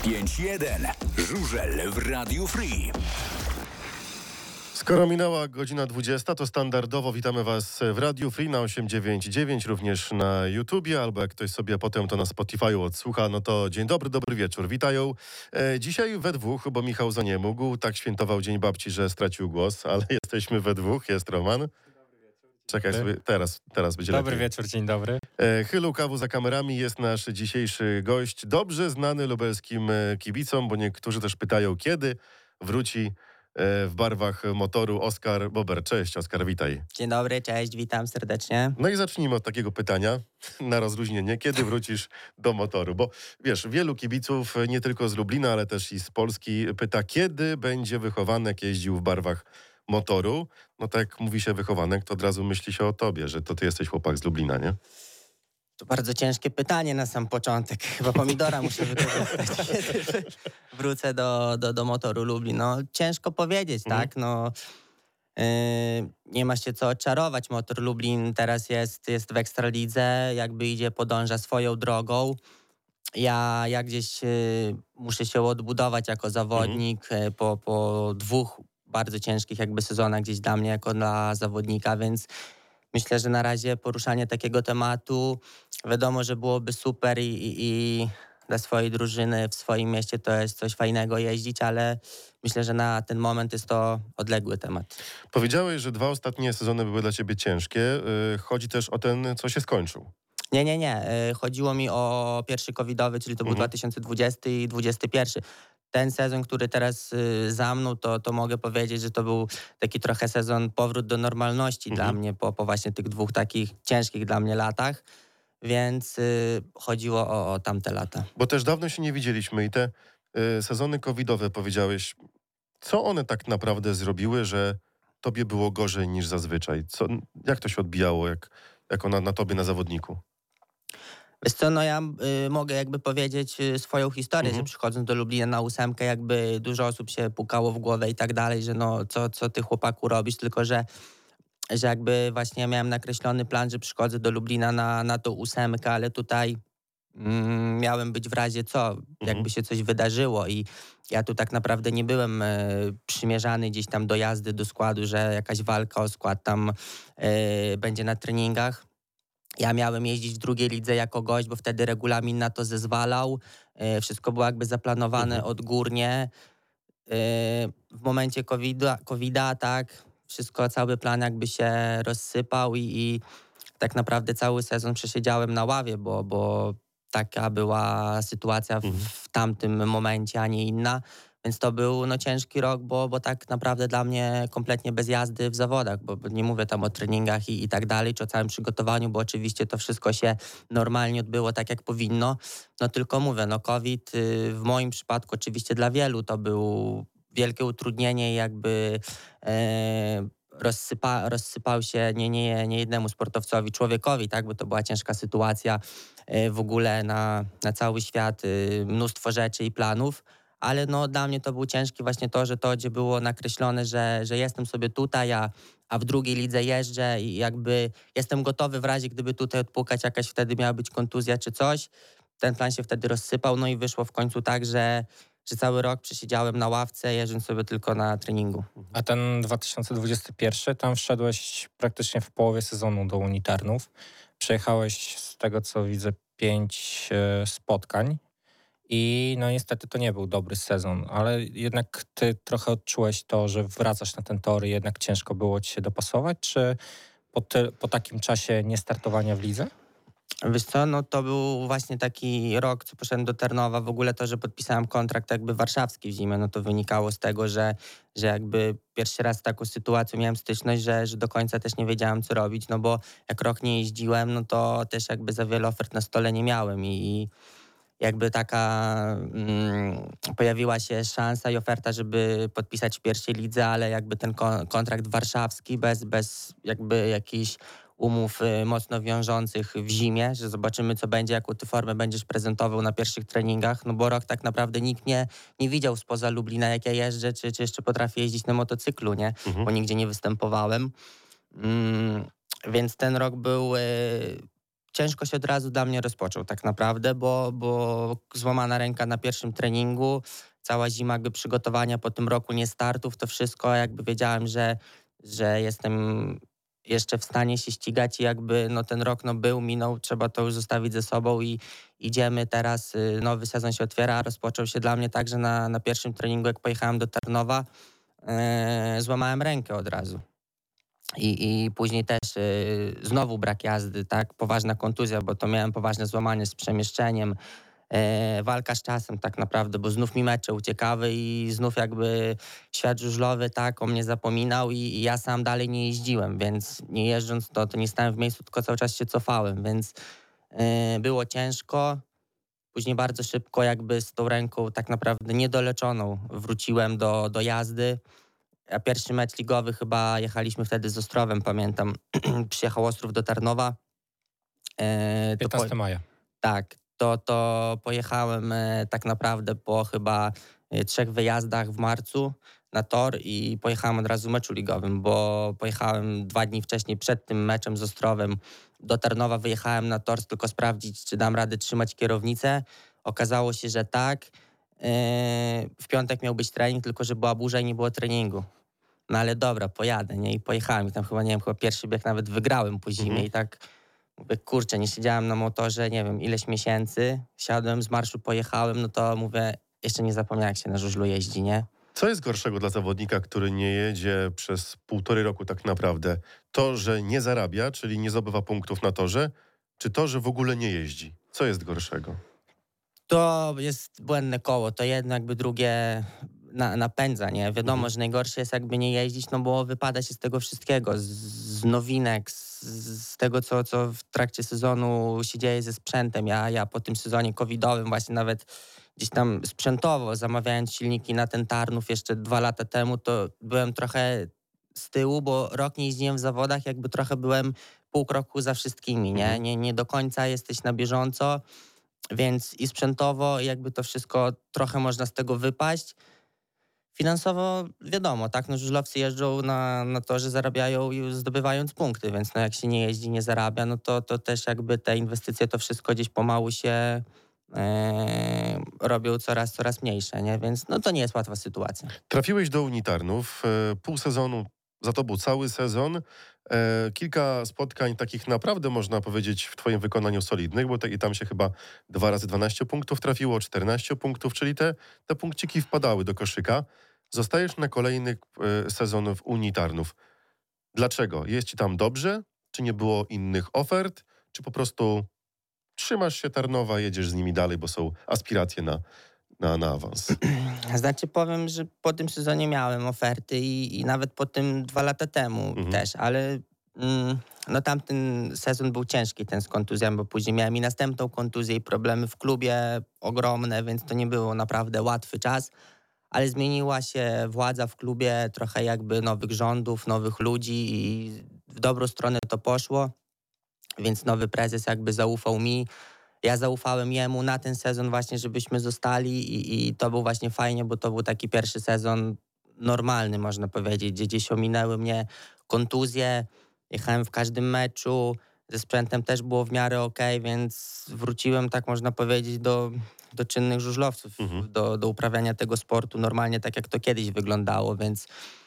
5-1. Żużel w Radiu Free. Skoro minęła godzina 20, to standardowo witamy Was w Radiu Free na 899, również na YouTubie, albo jak ktoś sobie potem to na Spotify'u odsłucha, no to dzień dobry, dobry wieczór. Witają dzisiaj we dwóch, bo Michał za nie mógł. Tak świętował Dzień Babci, że stracił głos, ale jesteśmy we dwóch. Jest Roman. Czekaj sobie, teraz będzie Dobry lepiej. wieczór, dzień dobry. Chylu kawu za kamerami jest nasz dzisiejszy gość, dobrze znany lubelskim kibicom, bo niektórzy też pytają, kiedy wróci w barwach Motoru Oskar Bober. Cześć Oskar, witaj. Dzień dobry, cześć, witam serdecznie. No i zacznijmy od takiego pytania na rozluźnienie. Kiedy wrócisz do Motoru? Bo wiesz, wielu kibiców, nie tylko z Lublina, ale też i z Polski pyta, kiedy będzie wychowanek jeździł w barwach Motoru. No tak jak mówi się wychowanek, to od razu myśli się o tobie, że to ty jesteś chłopak z Lublina, nie? To bardzo ciężkie pytanie na sam początek. Chyba pomidora muszę wykorzystać, kiedy wrócę do Motoru Lublin. No ciężko powiedzieć, tak? No, nie ma się co odczarować. Motor Lublin teraz jest w Ekstralidze, jakby idzie, podąża swoją drogą. Ja gdzieś muszę się odbudować jako zawodnik po dwóch bardzo ciężkich jakby sezonach gdzieś dla mnie jako dla zawodnika, więc myślę, że na razie poruszanie takiego tematu, wiadomo, że byłoby super i dla swojej drużyny w swoim mieście to jest coś fajnego jeździć, ale myślę, że na ten moment jest to odległy temat. Powiedziałeś, że 2 ostatnie sezony były dla ciebie ciężkie. Chodzi też o ten, co się skończył. Nie. Chodziło mi o pierwszy covidowy, czyli to był 2020 i 2021. Ten sezon, który teraz za mną, to mogę powiedzieć, że to był taki trochę sezon powrót do normalności dla mnie po właśnie tych dwóch takich ciężkich dla mnie latach, więc chodziło o tamte lata. Bo też dawno się nie widzieliśmy i te sezony covidowe, powiedziałeś, co one tak naprawdę zrobiły, że tobie było gorzej niż zazwyczaj? Jak to się odbijało, jako na tobie, na zawodniku? Wiesz co, no ja mogę jakby powiedzieć swoją historię, że przychodząc do Lublina na 8, jakby dużo osób się pukało w głowę i tak dalej, że no co ty chłopaku robisz, tylko że jakby właśnie miałem nakreślony plan, że przychodzę do Lublina na tą 8, ale tutaj miałem być w razie co, jakby się coś wydarzyło i ja tu tak naprawdę nie byłem przymierzany gdzieś tam do jazdy, do składu, że jakaś walka o skład tam będzie na treningach. Ja miałem jeździć w drugiej lidze jako gość, bo wtedy regulamin na to zezwalał. Wszystko było jakby zaplanowane odgórnie. W momencie COVID-a, tak, wszystko, cały plan jakby się rozsypał i tak naprawdę cały sezon przesiedziałem na ławie, bo taka była sytuacja w tamtym momencie, a nie inna. Więc to był ciężki rok, bo tak naprawdę dla mnie kompletnie bez jazdy w zawodach, bo nie mówię tam o treningach i tak dalej, czy o całym przygotowaniu, bo oczywiście to wszystko się normalnie odbyło tak, jak powinno. No tylko mówię, COVID w moim przypadku oczywiście dla wielu to był wielkie utrudnienie i jakby rozsypał się nie jednemu sportowcowi, człowiekowi, tak, bo to była ciężka sytuacja w ogóle na cały świat, mnóstwo rzeczy i planów. Ale dla mnie to był ciężki właśnie to, że to, gdzie było nakreślone, że jestem sobie tutaj, a w drugiej lidze jeżdżę i jakby jestem gotowy w razie, gdyby tutaj odpukać jakaś wtedy miała być kontuzja czy coś. Ten plan się wtedy rozsypał, i wyszło w końcu tak, że cały rok przesiedziałem na ławce, jeżdżąc sobie tylko na treningu. A ten 2021, tam wszedłeś praktycznie w połowie sezonu do Unitarnów. Przejechałeś, z tego co widzę, 5 spotkań. I niestety to nie był dobry sezon, ale jednak ty trochę odczułeś to, że wracasz na ten tor i jednak ciężko było ci się dopasować, czy po takim czasie niestartowania w lidze? Wiesz co, to był właśnie taki rok, co poszedłem do Tarnowa. W ogóle to, że podpisałem kontrakt jakby warszawski w zimę, to wynikało z tego, że jakby pierwszy raz z taką sytuacją miałem styczność, że do końca też nie wiedziałem, co robić, bo jak rok nie jeździłem, to też jakby za wiele ofert na stole nie miałem i jakby taka pojawiła się szansa i oferta, żeby podpisać w pierwszej lidze, ale jakby ten kontrakt warszawski bez jakby jakichś umów mocno wiążących w zimie, że zobaczymy, co będzie, jaką ty formę będziesz prezentował na pierwszych treningach, bo rok tak naprawdę nikt nie widział spoza Lublina, jak ja jeżdżę, czy jeszcze potrafię jeździć na motocyklu, nie? Bo nigdzie nie występowałem. Więc ten rok był ciężko się od razu dla mnie rozpoczął tak naprawdę, bo złamana ręka na pierwszym treningu, cała zima jakby przygotowania po tym roku nie startów, to wszystko jakby wiedziałem, że jestem jeszcze w stanie się ścigać i jakby no ten rok minął, trzeba to już zostawić ze sobą i idziemy teraz, nowy sezon się otwiera, rozpoczął się dla mnie tak, że na pierwszym treningu jak pojechałem do Tarnowa, złamałem rękę od razu. I później też znowu brak jazdy, tak, poważna kontuzja, bo to miałem poważne złamanie z przemieszczeniem, walka z czasem tak naprawdę, bo znów mi mecze uciekały i znów jakby świat żużlowy tak o mnie zapominał i ja sam dalej nie jeździłem, więc nie jeżdżąc to nie stałem w miejscu, tylko cały czas się cofałem, więc było ciężko. Później bardzo szybko jakby z tą ręką tak naprawdę niedoleczoną wróciłem do jazdy. A pierwszy mecz ligowy chyba jechaliśmy wtedy z Ostrowem, pamiętam. Przyjechał Ostrów do Tarnowa. 15 maja. Tak, to pojechałem tak naprawdę po chyba 3 wyjazdach w marcu na tor i pojechałem od razu w meczu ligowym, bo pojechałem 2 dni wcześniej przed tym meczem z Ostrowem do Tarnowa, wyjechałem na tor tylko sprawdzić, czy dam radę trzymać kierownicę. Okazało się, że tak. W piątek miał być trening, tylko że była burza i nie było treningu. No ale dobra, pojadę, nie? I pojechałem. I tam chyba, nie wiem, pierwszy bieg nawet wygrałem po zimie i tak mówię, kurczę, nie siedziałem na motorze, nie wiem, ileś miesięcy. Siadłem z marszu, pojechałem, no to mówię, jeszcze nie zapomniałem, jak się na żużlu jeździ, nie? Co jest gorszego dla zawodnika, który nie jedzie przez 1,5 roku tak naprawdę? To, że nie zarabia, czyli nie zdobywa punktów na torze, czy to, że w ogóle nie jeździ? Co jest gorszego? To jest błędne koło, to jedno jakby drugie napędza, nie? Wiadomo, że najgorsze jest jakby nie jeździć, no bo wypada się z tego wszystkiego, z nowinek, z tego, co w trakcie sezonu się dzieje ze sprzętem. Ja po tym sezonie covidowym właśnie nawet gdzieś tam sprzętowo zamawiając silniki na ten Tarnów jeszcze 2 lata temu, to byłem trochę z tyłu, bo rok nie jeździłem w zawodach, jakby trochę byłem pół kroku za wszystkimi, nie? Nie do końca jesteś na bieżąco, więc i sprzętowo jakby to wszystko trochę można z tego wypaść. Finansowo wiadomo, tak, no żużlowcy jeżdżą na to, że zarabiają zdobywając punkty, więc no jak się nie jeździ, nie zarabia, no to też jakby te inwestycje, to wszystko gdzieś pomału się robią coraz mniejsze, nie? Więc no to nie jest łatwa sytuacja. Trafiłeś do Unii Tarnów, pół sezonu, za tobą cały sezon, kilka spotkań takich naprawdę, można powiedzieć, w twoim wykonaniu solidnych, bo i tam się chyba 2 razy 12 punktów trafiło, 14 punktów, czyli te punkciki wpadały do koszyka. Zostajesz na kolejny sezon w Unii Tarnów. Dlaczego? Jest ci tam dobrze? Czy nie było innych ofert? Czy po prostu trzymasz się Tarnowa, jedziesz z nimi dalej, bo są aspiracje na awans? Znaczy powiem, że po tym sezonie miałem oferty i nawet po tym 2 lata temu też, ale no tamten sezon był ciężki, ten z kontuzją, bo później miałem i następną kontuzję i problemy w klubie ogromne, więc to nie było naprawdę łatwy czas, ale zmieniła się władza w klubie, trochę jakby nowych rządów, nowych ludzi i w dobrą stronę to poszło, więc nowy prezes jakby zaufał mi. Ja zaufałem jemu na ten sezon właśnie, żebyśmy zostali i to był właśnie fajnie, bo to był taki pierwszy sezon normalny, można powiedzieć, gdzie gdzieś ominęły mnie kontuzje, jechałem w każdym meczu, ze sprzętem też było w miarę okej, więc wróciłem, tak można powiedzieć, do czynnych żużlowców, do uprawiania tego sportu normalnie, tak jak to kiedyś wyglądało, więc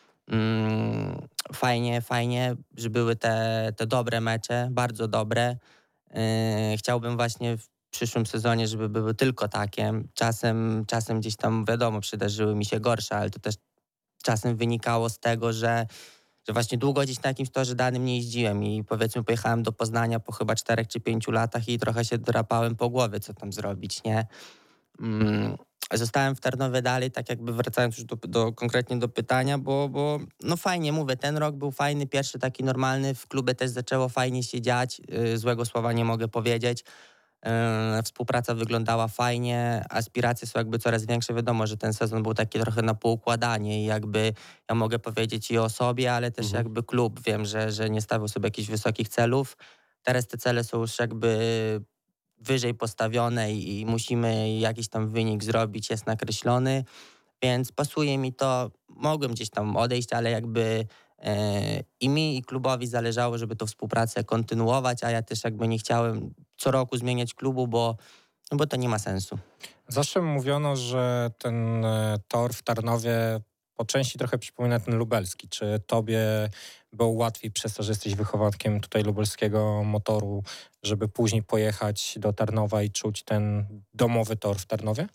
fajnie, że były te dobre mecze, bardzo dobre. Chciałbym właśnie w przyszłym sezonie, żeby były tylko takie. Czasem gdzieś tam, wiadomo, przydarzyły mi się gorsze, ale to też czasem wynikało z tego, że właśnie długo gdzieś na jakimś torze danym nie jeździłem i powiedzmy pojechałem do Poznania po chyba 4 czy 5 latach i trochę się drapałem po głowie, co tam zrobić, nie? Zostałem w Tarnowie dalej, tak jakby wracając już konkretnie do pytania, bo no fajnie, mówię, ten rok był fajny, pierwszy taki normalny, w klubie też zaczęło fajnie się dziać, złego słowa nie mogę powiedzieć, współpraca wyglądała fajnie, aspiracje są jakby coraz większe, wiadomo, że ten sezon był taki trochę na poukładanie i jakby ja mogę powiedzieć i o sobie, ale też jakby klub, wiem, że nie stawiał sobie jakichś wysokich celów, teraz te cele są już jakby wyżej postawione i musimy jakiś tam wynik zrobić, jest nakreślony, więc pasuje mi to. Mogłem gdzieś tam odejść, ale jakby I mi, i klubowi zależało, żeby tą współpracę kontynuować, a ja też jakby nie chciałem co roku zmieniać klubu, bo to nie ma sensu. Zawsze mówiono, że ten tor w Tarnowie po części trochę przypomina ten lubelski. Czy tobie było łatwiej przez to, że jesteś wychowankiem tutaj lubelskiego motoru, żeby później pojechać do Tarnowa i czuć ten domowy tor w Tarnowie?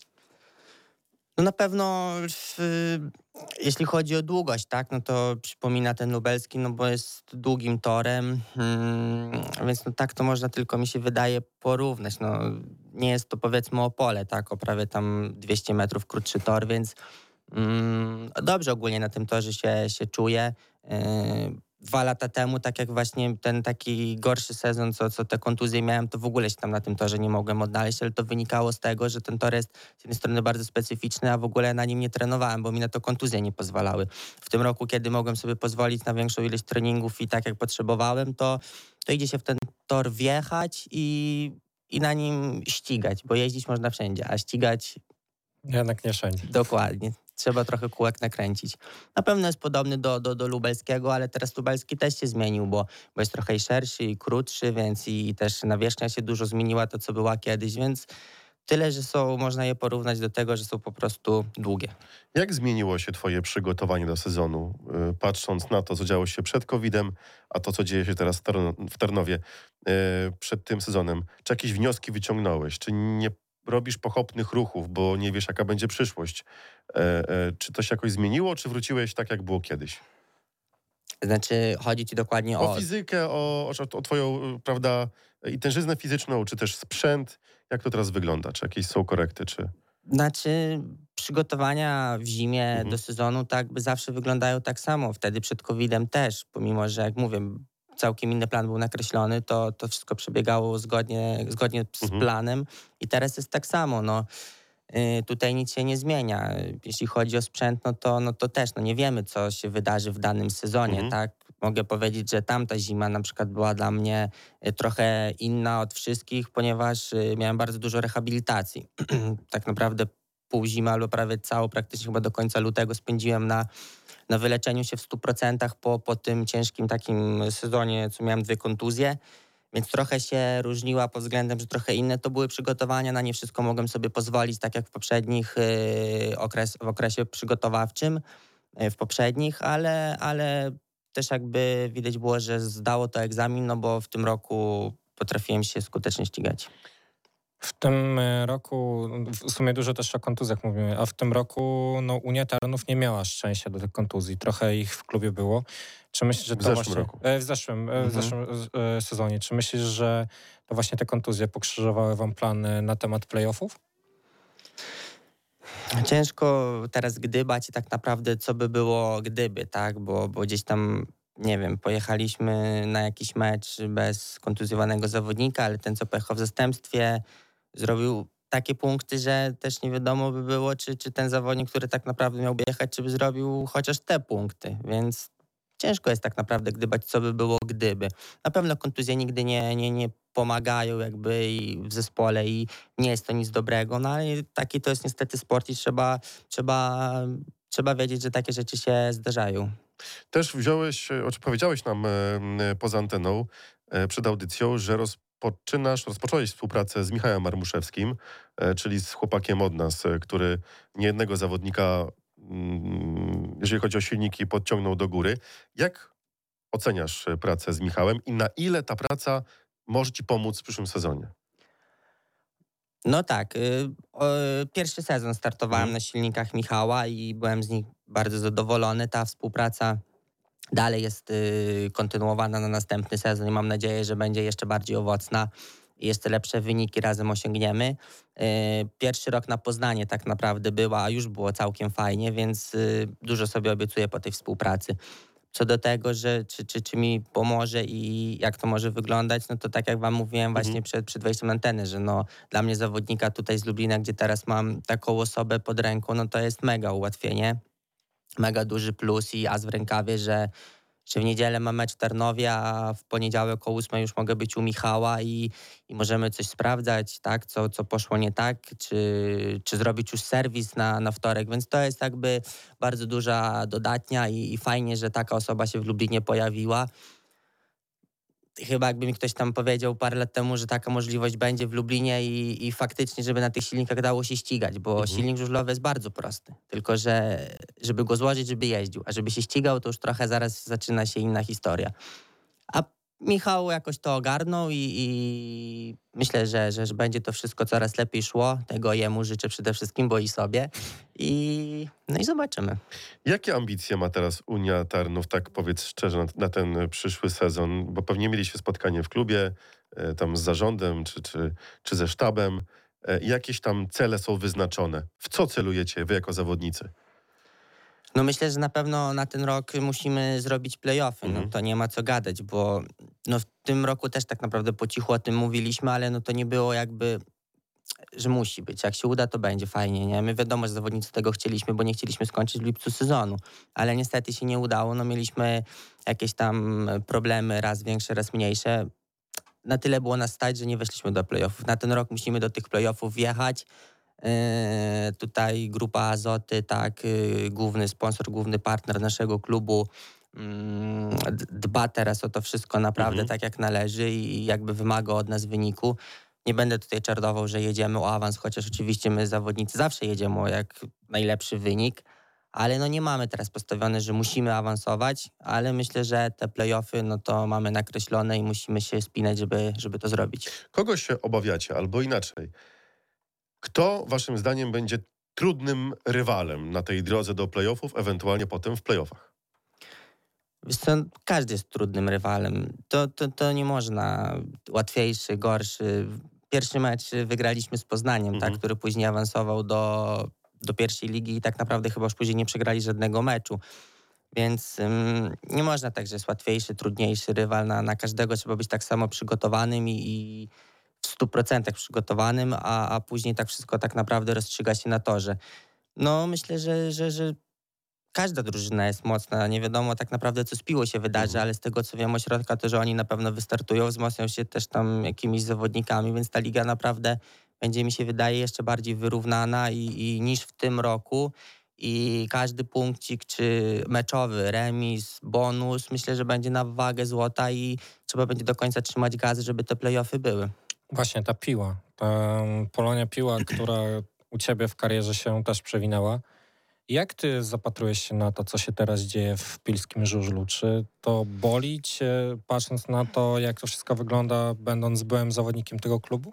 No na pewno jeśli chodzi o długość, tak, no to przypomina ten lubelski, no bo jest długim torem, więc no tak to można tylko, mi się wydaje, porównać. No, nie jest to powiedzmy Opole, tak, o prawie tam 200 metrów krótszy tor, więc dobrze ogólnie na tym torze się czuję. 2 lata temu, tak jak właśnie ten taki gorszy sezon, co te kontuzje miałem, to w ogóle się tam na tym torze nie mogłem odnaleźć, ale to wynikało z tego, że ten tor jest z jednej strony bardzo specyficzny, a w ogóle na nim nie trenowałem, bo mi na to kontuzje nie pozwalały. W tym roku, kiedy mogłem sobie pozwolić na większą ilość treningów i tak jak potrzebowałem, to idzie się w ten tor wjechać i na nim ścigać, bo jeździć można wszędzie, a ścigać Jednak nie wszędzie. dokładnie. Trzeba trochę kółek nakręcić. Na pewno jest podobny do lubelskiego, ale teraz lubelski też się zmienił, bo jest trochę i szerszy i krótszy, więc i też nawierzchnia się dużo zmieniła, to co była kiedyś, więc tyle, że można je porównać do tego, że są po prostu długie. Jak zmieniło się twoje przygotowanie do sezonu, patrząc na to, co działo się przed COVID-em, a to, co dzieje się teraz w Tarnowie przed tym sezonem? Czy jakieś wnioski wyciągnąłeś? Czy nie robisz pochopnych ruchów, bo nie wiesz, jaka będzie przyszłość? Czy to się jakoś zmieniło, czy wróciłeś tak, jak było kiedyś? Znaczy, chodzi ci dokładnie O fizykę, o twoją, prawda, i tężyznę fizyczną, czy też sprzęt. Jak to teraz wygląda? Czy jakieś są korekty, czy... Znaczy, przygotowania w zimie do sezonu tak by zawsze wyglądają tak samo. Wtedy przed COVID-em też, pomimo że, jak mówię, całkiem inny plan był nakreślony, to wszystko przebiegało zgodnie z planem i teraz jest tak samo. No. Tutaj nic się nie zmienia. Jeśli chodzi o sprzęt, no to też nie wiemy, co się wydarzy w danym sezonie. Tak? Mogę powiedzieć, że tamta zima na przykład była dla mnie trochę inna od wszystkich, ponieważ miałem bardzo dużo rehabilitacji. Tak naprawdę pół zimy albo prawie całą, praktycznie chyba do końca lutego spędziłem na wyleczeniu się w 100% po tym ciężkim takim sezonie, co miałem 2 kontuzje. Więc trochę się różniła pod względem, że trochę inne to były przygotowania. Na nie wszystko mogłem sobie pozwolić, tak jak w poprzednich w okresie przygotowawczym, w poprzednich, ale też jakby widać było, że zdało to egzamin, no bo w tym roku potrafiłem się skutecznie ścigać. W tym roku, w sumie dużo też o kontuzjach mówimy, a w tym roku Unia Tarnów nie miała szczęścia do tych kontuzji. Trochę ich w klubie było. Czy myślisz, że to w zeszłym sezonie, czy myślisz, że to właśnie te kontuzje pokrzyżowały wam plany na temat playoffów? Ciężko teraz gdybać tak naprawdę, co by było gdyby, tak? Bo gdzieś tam, nie wiem, pojechaliśmy na jakiś mecz bez kontuzjowanego zawodnika, ale ten, co pojechał w zastępstwie, zrobił takie punkty, że też nie wiadomo by było, czy ten zawodnik, który tak naprawdę miałby jechać, czy by zrobił chociaż te punkty, więc ciężko jest tak naprawdę gdybać, co by było gdyby. Na pewno kontuzje nigdy nie pomagają jakby i w zespole i nie jest to nic dobrego, no ale taki to jest niestety sport i trzeba wiedzieć, że takie rzeczy się zdarzają. Też powiedziałeś nam poza anteną przed audycją, że rozpocząłeś współpracę z Michałem Marmuszewskim, czyli z chłopakiem od nas, który niejednego zawodnika, jeżeli chodzi o silniki, podciągnął do góry. Jak oceniasz pracę z Michałem i na ile ta praca może ci pomóc w przyszłym sezonie? No tak, pierwszy sezon startowałem na silnikach Michała i byłem z nich bardzo zadowolony. Ta współpraca dalej jest kontynuowana na następny sezon i mam nadzieję, że będzie jeszcze bardziej owocna i jeszcze lepsze wyniki razem osiągniemy. Pierwszy rok na Poznanie tak naprawdę a już było całkiem fajnie, więc dużo sobie obiecuję po tej współpracy. Co do tego, że czy mi pomoże i jak to może wyglądać, no to tak jak wam mówiłem właśnie przed wejściem na antenę, że dla mnie zawodnika tutaj z Lublina, gdzie teraz mam taką osobę pod ręką, no to jest mega ułatwienie, mega duży plus i as w rękawie, że że w niedzielę mam mecz w Tarnowie, a w poniedziałek o 8 już mogę być u Michała i możemy coś sprawdzać, tak, co poszło nie tak, czy zrobić już serwis na wtorek, więc to jest jakby bardzo duża dodatnia i fajnie, że taka osoba się w Lublinie pojawiła. Chyba jakby mi ktoś tam powiedział parę lat temu, że taka możliwość będzie w Lublinie i faktycznie, żeby na tych silnikach dało się ścigać, bo silnik żużlowy jest bardzo prosty. Tylko, że żeby go złożyć, żeby jeździł, a żeby się ścigał, to już trochę zaraz zaczyna się inna historia. A Michał jakoś to ogarnął i myślę, że będzie to wszystko coraz lepiej szło. Tego jemu życzę przede wszystkim, bo i sobie. No i zobaczymy. Jakie ambicje ma teraz Unia Tarnów, tak powiedz szczerze, na ten przyszły sezon? Bo pewnie mieliście spotkanie w klubie, tam z zarządem czy ze sztabem. Jakieś tam cele są wyznaczone? W co celujecie wy jako zawodnicy? No myślę, że na pewno na ten rok musimy zrobić play-offy. No to nie ma co gadać, bo no w tym roku też tak naprawdę po cichu o tym mówiliśmy, ale no to nie było jakby, że musi być. Jak się uda, to będzie fajnie, nie? My wiadomo, że zawodnicy tego chcieliśmy, bo nie chcieliśmy skończyć w lipcu sezonu, ale niestety się nie udało. No mieliśmy jakieś tam problemy, raz większe, raz mniejsze. Na tyle było nas stać, że nie weszliśmy do play-offów. Na ten rok musimy do tych play-offów wjechać. Tutaj Grupa Azoty, tak, główny sponsor, główny partner naszego klubu, dba teraz o to wszystko naprawdę tak jak należy i jakby wymaga od nas wyniku. Nie będę tutaj czardował, że jedziemy o awans, chociaż oczywiście my zawodnicy zawsze jedziemy o jak najlepszy wynik, ale no nie mamy teraz postawione, że musimy awansować, ale myślę, że te play-offy no to mamy nakreślone i musimy się spinać, żeby to zrobić. Kogo się obawiacie, albo inaczej? Kto waszym zdaniem będzie trudnym rywalem na tej drodze do playoffów, ewentualnie potem w playoffach? Wiesz co, każdy jest trudnym rywalem. To nie można łatwiejszy, gorszy. Pierwszy mecz wygraliśmy z Poznaniem, tak, który później awansował do pierwszej ligi i tak naprawdę chyba już później nie przegrali żadnego meczu. Więc nie można tak, że jest łatwiejszy, trudniejszy rywal. Na każdego trzeba być tak samo przygotowanym i w 100% przygotowanym, a później tak wszystko tak naprawdę rozstrzyga się na torze. No myślę, że każda drużyna jest mocna. Nie wiadomo tak naprawdę, co z Piłą się wydarzy, ale z tego, co wiem o środka, to, że oni na pewno wystartują, wzmocnią się też tam jakimiś zawodnikami, więc ta liga naprawdę będzie, mi się wydaje, jeszcze bardziej wyrównana i niż w tym roku. I każdy punkcik, czy meczowy, remis, bonus, myślę, że będzie na wagę złota i trzeba będzie do końca trzymać gazy, żeby te play-offy były. Właśnie ta Piła, ta Polonia Piła, która u ciebie w karierze się też przewinęła. Jak ty zapatrujesz się na to, co się teraz dzieje w pilskim żużlu? Czy to boli cię, patrząc na to, jak to wszystko wygląda, będąc byłym zawodnikiem tego klubu?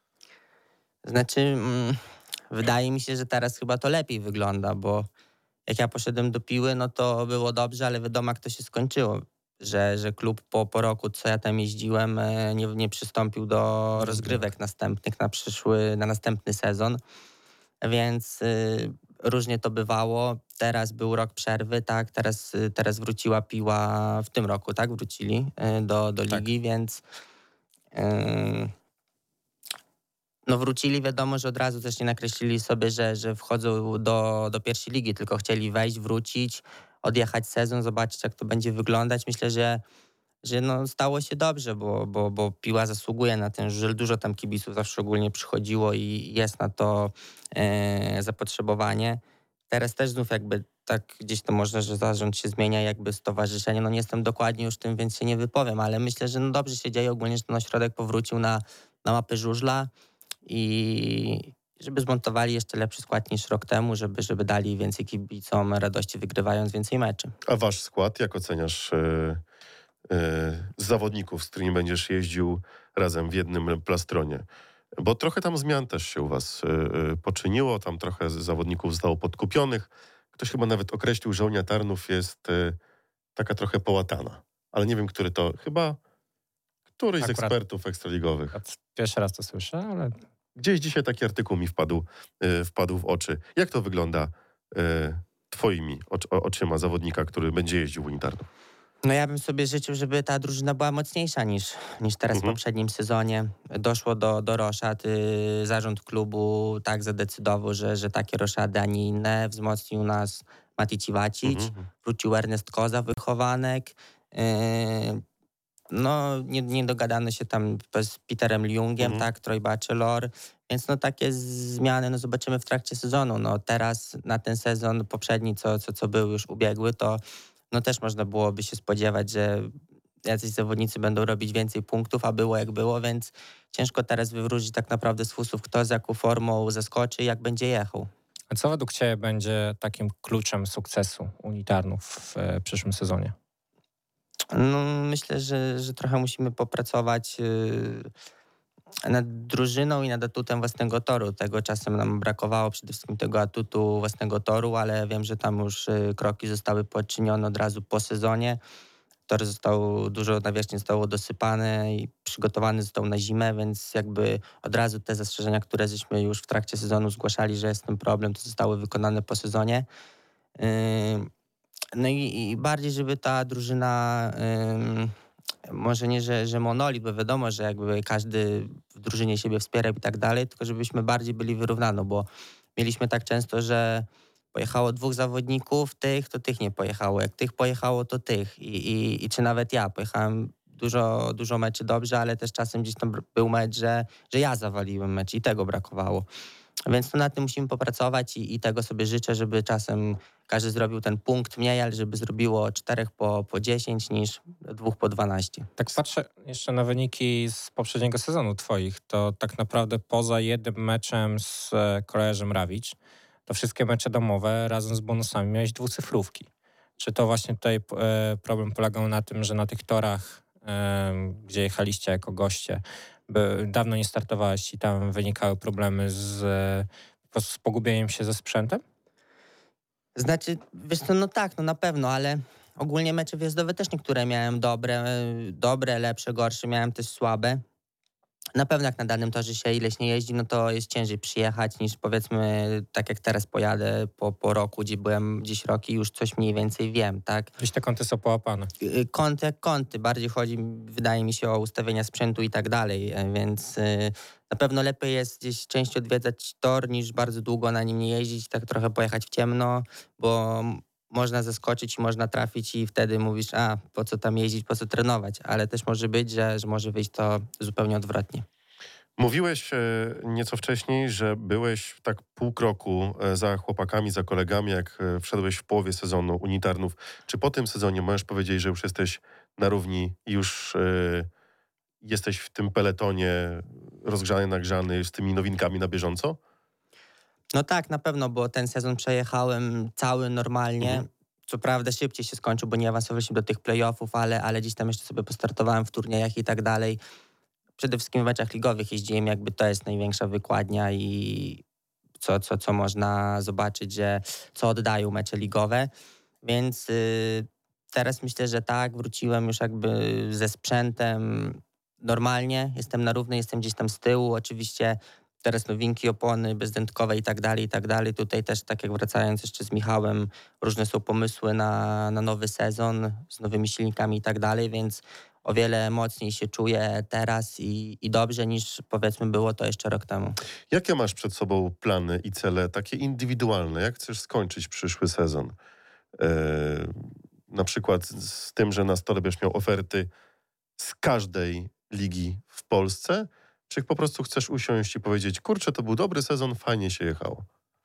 Znaczy, wydaje mi się, że teraz chyba to lepiej wygląda, bo jak ja poszedłem do Piły, no to było dobrze, ale wiadomo, jak to się skończyło. Że klub po roku, co ja tam jeździłem, nie przystąpił do rozgrywek następnych na następny sezon. Więc różnie to bywało. Teraz był rok przerwy, tak? Teraz wróciła Piła w tym roku, tak? Wrócili do ligi, więc no wrócili, wiadomo, że od razu też nie nakreślili sobie, że wchodzą do pierwszej ligi, tylko chcieli wejść, wrócić, odjechać sezon, zobaczyć, jak to będzie wyglądać. Myślę, że no stało się dobrze, bo Piła zasługuje na ten żużel. Dużo tam kibiców zawsze ogólnie przychodziło i jest na to zapotrzebowanie. Teraz też znów jakby tak gdzieś to można, że zarząd się zmienia, jakby stowarzyszenie. No nie jestem dokładnie już tym, więc się nie wypowiem, ale myślę, że no dobrze się dzieje ogólnie, że ten ośrodek powrócił na mapy żużla i żeby zmontowali jeszcze lepszy skład niż rok temu, żeby dali więcej kibicom radości, wygrywając więcej meczy. A wasz skład, jak oceniasz z zawodników, z którymi będziesz jeździł razem w jednym plastronie? Bo trochę tam zmian też się u was poczyniło, tam trochę zawodników zostało podkupionych. Ktoś chyba nawet określił, że Unia Tarnów jest taka trochę połatana. Ale nie wiem, który to. Chyba któryś z ekspertów ekstraligowych. Pierwszy raz to słyszę, ale... Gdzieś dzisiaj taki artykuł mi wpadł w oczy. Jak to wygląda twoimi oczyma zawodnika, który będzie jeździł w Unii Tarnów? No ja bym sobie życzył, żeby ta drużyna była mocniejsza niż teraz w poprzednim sezonie. Doszło do roszad. Zarząd klubu tak zadecydował, że takie roszady, a nie inne. Wzmocnił nas Mati Civacic, wrócił Ernest Koza, wychowanek. No, nie dogadano się tam z Peterem Ljungiem, tak, Troy Bachelor, więc no takie zmiany no zobaczymy w trakcie sezonu. No teraz na ten sezon poprzedni, co był już ubiegły, to no też można byłoby się spodziewać, że jacyś zawodnicy będą robić więcej punktów, a było jak było, więc ciężko teraz wywrócić tak naprawdę z fusów, kto z jaką formą zaskoczy i jak będzie jechał. A co według Ciebie będzie takim kluczem sukcesu unitarnów w przyszłym sezonie? No, myślę, że trochę musimy popracować nad drużyną i nad atutem własnego toru. Tego czasem nam brakowało, przede wszystkim tego atutu własnego toru, ale wiem, że tam już kroki zostały poczynione od razu po sezonie. Tor został, dużo nawierzchni zostało dosypane i przygotowany został na zimę, więc jakby od razu te zastrzeżenia, które żeśmy już w trakcie sezonu zgłaszali, że jest ten problem, to zostały wykonane po sezonie. No i bardziej, żeby ta drużyna, może nie, że monolit, bo wiadomo, że jakby każdy w drużynie siebie wspierał i tak dalej, tylko żebyśmy bardziej byli wyrównani, bo mieliśmy tak często, że pojechało 2 zawodników, to tych nie pojechało. Jak tych pojechało, to tych. I czy nawet ja pojechałem dużo meczy dobrze, ale też czasem gdzieś tam był mecz, że ja zawaliłem mecz i tego brakowało. Więc to nad tym musimy popracować i tego sobie życzę, żeby czasem każdy zrobił ten punkt mniej, ale żeby zrobiło 4 po 10 niż 2 po 12. Tak patrzę jeszcze na wyniki z poprzedniego sezonu twoich, to tak naprawdę poza jednym meczem z Kolejarzem Rawicz, to wszystkie mecze domowe razem z bonusami miałeś 2-cyfrówki. Czy to właśnie tutaj problem polegał na tym, że na tych torach, gdzie jechaliście jako goście, dawno nie startowałeś i tam wynikały problemy z pogubieniem się ze sprzętem? Znaczy, wiesz co, no tak, no na pewno, ale ogólnie mecze wjazdowe też niektóre miałem dobre, lepsze, gorsze, miałem też słabe. Na pewno jak na danym torze się ileś nie jeździ, no to jest ciężej przyjechać niż powiedzmy tak jak teraz pojadę po roku, gdzie byłem gdzieś rok i już coś mniej więcej wiem, tak? Gdzieś te kąty są połapane. Kąty jak kąty, bardziej chodzi wydaje mi się o ustawienia sprzętu i tak dalej, więc na pewno lepiej jest gdzieś częściej odwiedzać tor niż bardzo długo na nim nie jeździć, tak trochę pojechać w ciemno, bo można zaskoczyć i można trafić i wtedy mówisz, po co tam jeździć, po co trenować, ale też może być, że może wyjść to zupełnie odwrotnie. Mówiłeś nieco wcześniej, że byłeś tak pół kroku za chłopakami, za kolegami, jak wszedłeś w połowie sezonu unitarnów. Czy po tym sezonie możesz powiedzieć, że już jesteś na równi i już jesteś w tym peletonie rozgrzany, nagrzany z tymi nowinkami na bieżąco? No tak, na pewno, bo ten sezon przejechałem cały normalnie. Co prawda szybciej się skończył, bo nie awansowaliśmy do tych playoffów, ale gdzieś tam jeszcze sobie postartowałem w turniejach i tak dalej. Przede wszystkim w meczach ligowych jeździłem, jakby to jest największa wykładnia i co można zobaczyć, że co oddają mecze ligowe. Więc teraz myślę, że tak, wróciłem już jakby ze sprzętem normalnie. Jestem na równej, jestem gdzieś tam z tyłu. Oczywiście teraz nowinki, opony bezdętkowe i tak dalej. Tutaj też, tak jak wracając jeszcze z Michałem, różne są pomysły na nowy sezon z nowymi silnikami i tak dalej, więc o wiele mocniej się czuję teraz i dobrze niż powiedzmy było to jeszcze rok temu. Jakie masz przed sobą plany i cele takie indywidualne? Jak chcesz skończyć przyszły sezon? Na przykład z tym, że na stole będziesz miał oferty z każdej ligi w Polsce? Czy po prostu chcesz usiąść i powiedzieć, kurczę, to był dobry sezon, fajnie się jechało?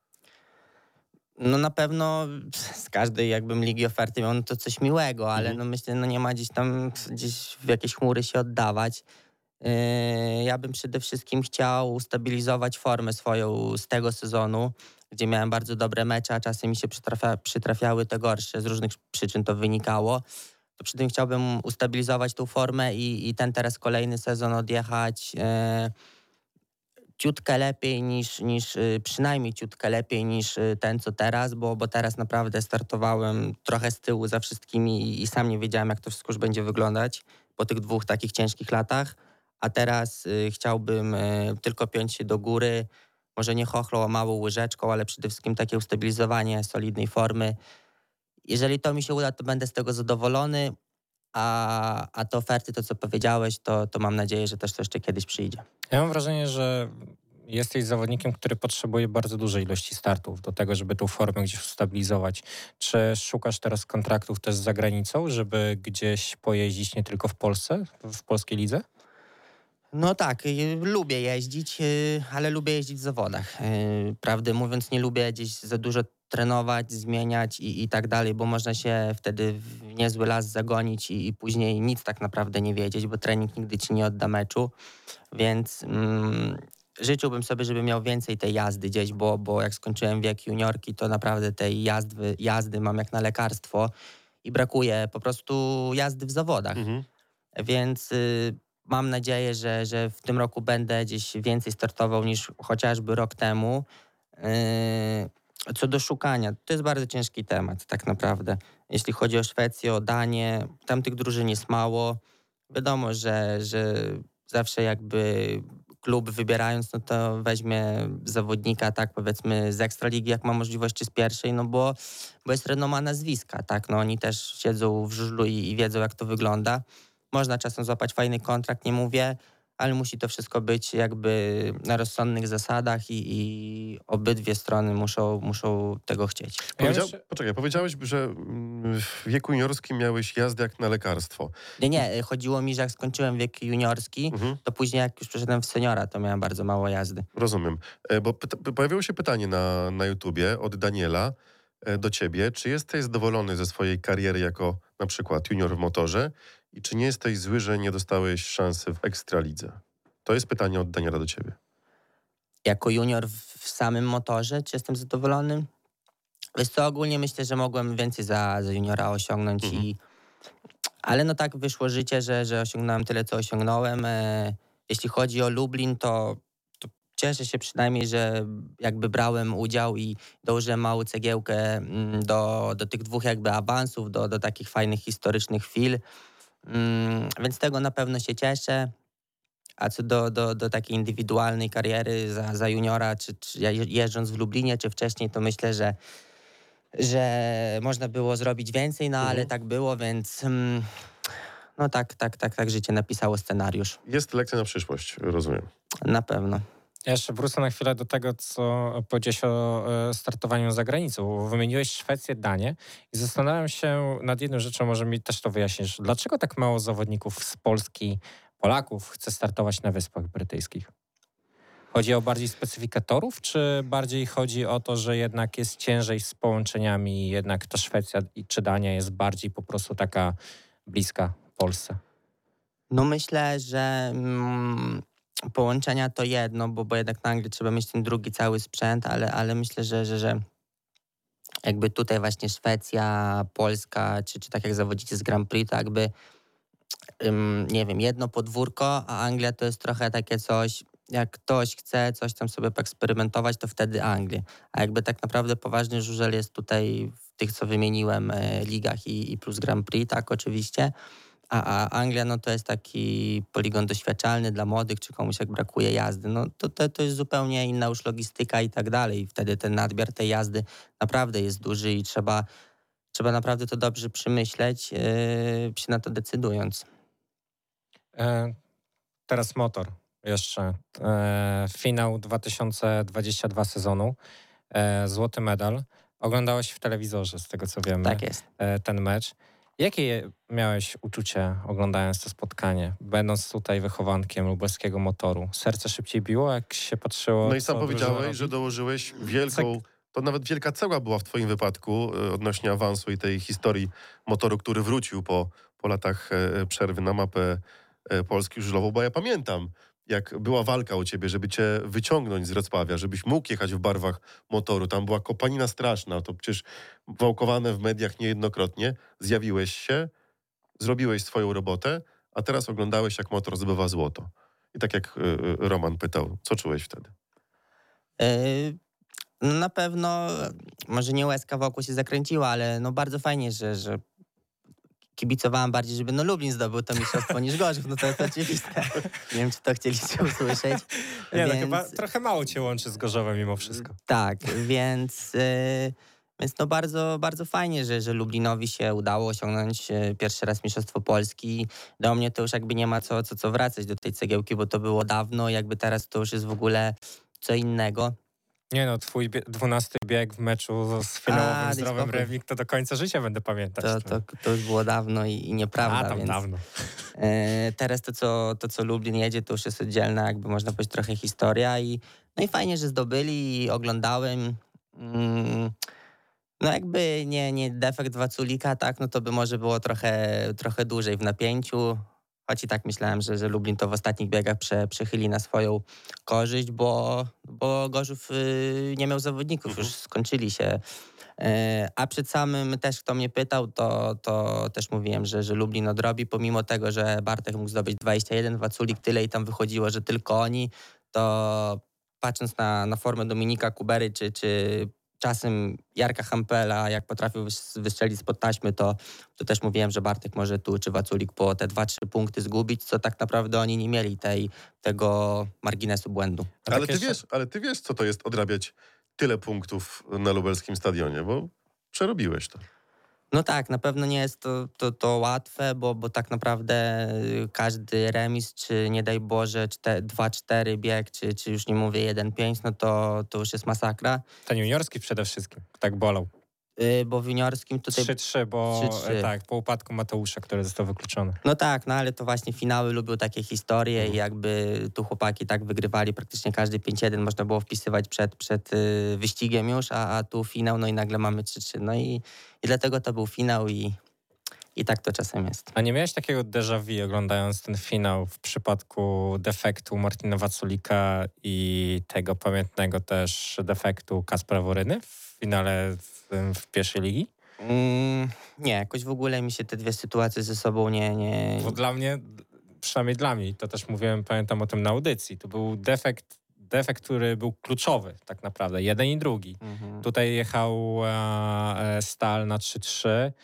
No na pewno z każdej jakbym ligi oferty miał, no to coś miłego, ale no myślę, no nie ma gdzieś w jakieś chmury się oddawać. Ja bym przede wszystkim chciał ustabilizować formę swoją z tego sezonu, gdzie miałem bardzo dobre mecze, a czasem mi się przytrafiały te gorsze, z różnych przyczyn to wynikało. To przy tym chciałbym ustabilizować tą formę i ten teraz kolejny sezon odjechać ciutkę lepiej przynajmniej ciutkę lepiej niż ten, co teraz, bo teraz naprawdę startowałem trochę z tyłu za wszystkimi i sam nie wiedziałem, jak to wszystko już będzie wyglądać po tych 2 takich ciężkich latach, a teraz chciałbym tylko piąć się do góry, może nie chochlą, a małą łyżeczką, ale przede wszystkim takie ustabilizowanie solidnej formy. Jeżeli to mi się uda, to będę z tego zadowolony, a te oferty, to co powiedziałeś, to mam nadzieję, że też to jeszcze kiedyś przyjdzie. Ja mam wrażenie, że jesteś zawodnikiem, który potrzebuje bardzo dużej ilości startów do tego, żeby tą formę gdzieś ustabilizować. Czy szukasz teraz kontraktów też za granicą, żeby gdzieś pojeździć nie tylko w Polsce, w polskiej lidze? No tak, lubię jeździć, ale lubię jeździć w zawodach. Prawdę mówiąc, nie lubię gdzieś za dużo trenować, zmieniać i tak dalej, bo można się wtedy w niezły las zagonić i później nic tak naprawdę nie wiedzieć, bo trening nigdy ci nie odda meczu, więc życzyłbym sobie, żeby miał więcej tej jazdy gdzieś, bo jak skończyłem wiek juniorki, to naprawdę tej jazdy mam jak na lekarstwo i brakuje po prostu jazdy w zawodach. Więc mam nadzieję, że w tym roku będę gdzieś więcej startował niż chociażby rok temu. Co do szukania, to jest bardzo ciężki temat tak naprawdę. Jeśli chodzi o Szwecję, o Danię, tam tych drużyn jest mało. Wiadomo, że zawsze jakby klub wybierając, no to weźmie zawodnika, tak powiedzmy z Ekstraligi, jak ma możliwość, czy z pierwszej, no bo jest renoma nazwiska, tak, no oni też siedzą w żużlu i wiedzą, jak to wygląda. Można czasem złapać fajny kontrakt, nie mówię, ale musi to wszystko być jakby na rozsądnych zasadach i obydwie strony muszą tego chcieć. Powiedziałeś, że w wieku juniorskim miałeś jazdę jak na lekarstwo. Nie, chodziło mi, że jak skończyłem wiek juniorski, to później jak już przeszedłem w seniora, to miałem bardzo mało jazdy. Rozumiem, bo pojawiło się pytanie na YouTubie od Daniela do ciebie. Czy jesteś zadowolony ze swojej kariery jako na przykład junior w motorze i czy nie jesteś zły, że nie dostałeś szansy w Ekstralidze? To jest pytanie od Daniela do ciebie. Jako junior w samym motorze, czy jestem zadowolony? Wiesz co, ogólnie myślę, że mogłem więcej za juniora osiągnąć, ale no tak wyszło życie, że osiągnąłem tyle, co osiągnąłem. Jeśli chodzi o Lublin, to cieszę się przynajmniej, że jakby brałem udział i dołożyłem małą cegiełkę do tych dwóch jakby awansów, do takich fajnych historycznych chwil. Więc tego na pewno się cieszę. A co do takiej indywidualnej kariery za juniora, czy jeżdżąc w Lublinie, czy wcześniej, to myślę, że można było zrobić więcej, no ale tak było, więc no tak życie napisało scenariusz. Jest lekcja na przyszłość, rozumiem. Na pewno. Ja jeszcze wrócę na chwilę do tego, co powiedziałeś o startowaniu za granicą. Wymieniłeś Szwecję, Danię i zastanawiam się nad jedną rzeczą, może mi też to wyjaśnisz. Dlaczego tak mało zawodników z Polski, Polaków chce startować na Wyspach Brytyjskich? Chodzi o bardziej specyfikatorów, czy bardziej chodzi o to, że jednak jest ciężej z połączeniami, jednak ta Szwecja czy Dania jest bardziej po prostu taka bliska Polsce? No myślę, że połączenia to jedno, bo jednak na Anglii trzeba mieć ten drugi cały sprzęt, ale myślę, że jakby tutaj właśnie Szwecja, Polska, czy tak jak zawodzicie z Grand Prix, to jakby nie wiem, jedno podwórko, a Anglia to jest trochę takie coś, jak ktoś chce coś tam sobie poeksperymentować, to wtedy Anglię. A jakby tak naprawdę poważny żużel jest tutaj w tych, co wymieniłem, ligach i plus Grand Prix, tak oczywiście. A Anglia, no to jest taki poligon doświadczalny dla młodych, czy komuś jak brakuje jazdy. No to jest zupełnie inna już logistyka i tak dalej. Wtedy ten nadmiar tej jazdy naprawdę jest duży i trzeba naprawdę to dobrze przemyśleć, się na to decydując. Teraz motor jeszcze. Finał 2022 sezonu. Złoty medal. Oglądałeś w telewizorze, z tego co wiemy. Tak jest. Ten mecz. Jakie miałeś uczucie oglądając to spotkanie, będąc tutaj wychowankiem lubelskiego motoru? Serce szybciej biło, jak się patrzyło? No i sam powiedziałeś, że dołożyłeś wielką, to nawet wielka ceła była w twoim wypadku odnośnie awansu i tej historii motoru, który wrócił po latach przerwy na mapę Polski żużlową, bo ja pamiętam, jak była walka u ciebie, żeby cię wyciągnąć z Wrocławia, żebyś mógł jechać w barwach motoru. Tam była kopanina straszna, to przecież wałkowane w mediach niejednokrotnie. Zjawiłeś się, zrobiłeś swoją robotę, a teraz oglądałeś, jak motor zdobywa złoto. I tak jak Roman pytał, co czułeś wtedy? Na pewno, może nie łezka wokół się zakręciła, ale no bardzo fajnie, że kibicowałem bardziej, żeby Lublin zdobył to mistrzostwo niż Gorzów, no to jest oczywiste. Nie wiem, czy to chcieliście usłyszeć. Nie, no chyba trochę mało cię łączy z Gorzowem mimo wszystko. Tak, więc no bardzo, bardzo fajnie, że Lublinowi się udało osiągnąć pierwszy raz mistrzostwo Polski. Do mnie to już jakby nie ma co wracać do tej cegiełki, bo to było dawno, jakby teraz to już jest w ogóle co innego. Nie no, twój 12 bieg w meczu z finałowym zdrowym spokój. Rewik to do końca życia będę pamiętać. To już było dawno i nieprawda. tam więc, dawno. Teraz to, co Lublin jedzie, to już jest oddzielna, jakby można powiedzieć, trochę historia. No i fajnie, że zdobyli i oglądałem. No jakby nie defekt Waculika, tak, no to by może było trochę dłużej w napięciu. Choć i tak myślałem, że Lublin to w ostatnich biegach przechyli na swoją korzyść, bo Gorzów nie miał zawodników, już skończyli się. A przed samym też, kto mnie pytał, to też mówiłem, że Lublin odrobi, pomimo tego, że Bartek mógł zdobyć 21, Waculik tyle i tam wychodziło, że tylko oni, to patrząc na formę Dominika Kubery, czy czasem Jarka Hampela, jak potrafił wystrzelić spod taśmy, to też mówiłem, że Bartek może tu, czy Waculik po te 2-3 punkty zgubić, co tak naprawdę oni nie mieli tego marginesu błędu. Ale ty wiesz, co to jest odrabiać tyle punktów na lubelskim stadionie, bo przerobiłeś to. No tak, na pewno nie jest to łatwe, bo tak naprawdę każdy remis, czy nie daj Boże 2-4 bieg, czy już nie mówię 1-5, no to już jest masakra. Ten juniorski przede wszystkim tak bolał. Bo w juniorskim tutaj... 3-3, bo 3-3. Tak, po upadku Mateusza, który został wykluczony. No tak, no ale to właśnie finały lubią takie historie i jakby tu chłopaki tak wygrywali praktycznie każdy 5-1, można było wpisywać przed wyścigiem już, a tu finał, no i nagle mamy 3-3. No i dlatego to był finał i tak to czasem jest. A nie miałeś takiego déjà vu oglądając ten finał w przypadku defektu Martina Waculika i tego pamiętnego też defektu Kaspra Woryny w finale w pierwszej ligi? Nie, jakoś w ogóle mi się te dwie sytuacje ze sobą nie... Bo dla mnie, przynajmniej dla mnie, to też mówiłem, pamiętam o tym na audycji, to był defekt, który był kluczowy tak naprawdę, jeden i drugi. Tutaj jechał Stal na 3-3,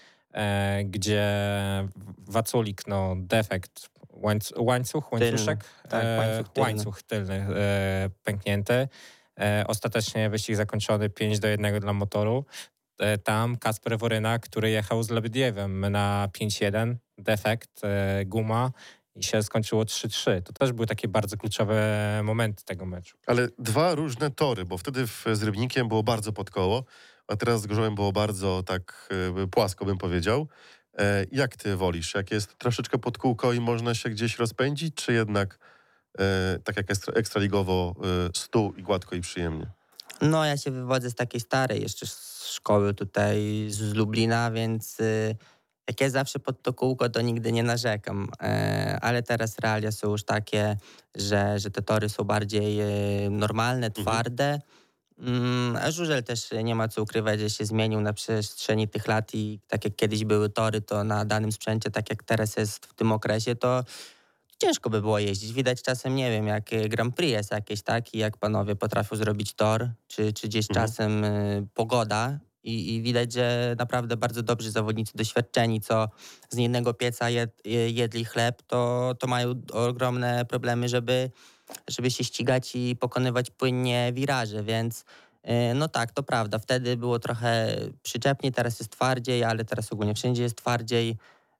gdzie Waculik, no defekt, łańcuszek, łańcuch tylny pęknięty. Ostatecznie wyścig zakończony 5-1 dla motoru. Tam Kasper Woryna, który jechał z Lebediewem na 5-1, defekt, guma i się skończyło 3-3. To też były takie bardzo kluczowe momenty tego meczu. Ale dwa różne tory, bo wtedy z Rybnikiem było bardzo pod koło, a teraz z Gorzowem było bardzo tak płasko, bym powiedział. Jak ty wolisz? Jak jest troszeczkę pod kółko i można się gdzieś rozpędzić, czy jednak tak jak ekstraligowo stół i gładko i przyjemnie? No ja się wywodzę z takiej starej jeszcze szkoły tutaj z Lublina, więc jak jest zawsze pod to kółko, to nigdy nie narzekam. Ale teraz realia są już takie, że te tory są bardziej normalne, twarde. A żużel też nie ma co ukrywać, że się zmienił na przestrzeni tych lat i tak jak kiedyś były tory, to na danym sprzęcie, tak jak teraz jest w tym okresie, to ciężko by było jeździć. Widać czasem, nie wiem, jak Grand Prix jest jakieś, tak? I jak panowie potrafią zrobić tor, czy gdzieś czasem pogoda. I widać, że naprawdę bardzo dobrzy zawodnicy, doświadczeni, co z jednego pieca jedli chleb, to mają ogromne problemy, żeby się ścigać i pokonywać płynnie wiraże, więc no tak, to prawda. Wtedy było trochę przyczepnie, teraz jest twardziej, ale teraz ogólnie wszędzie jest twardziej.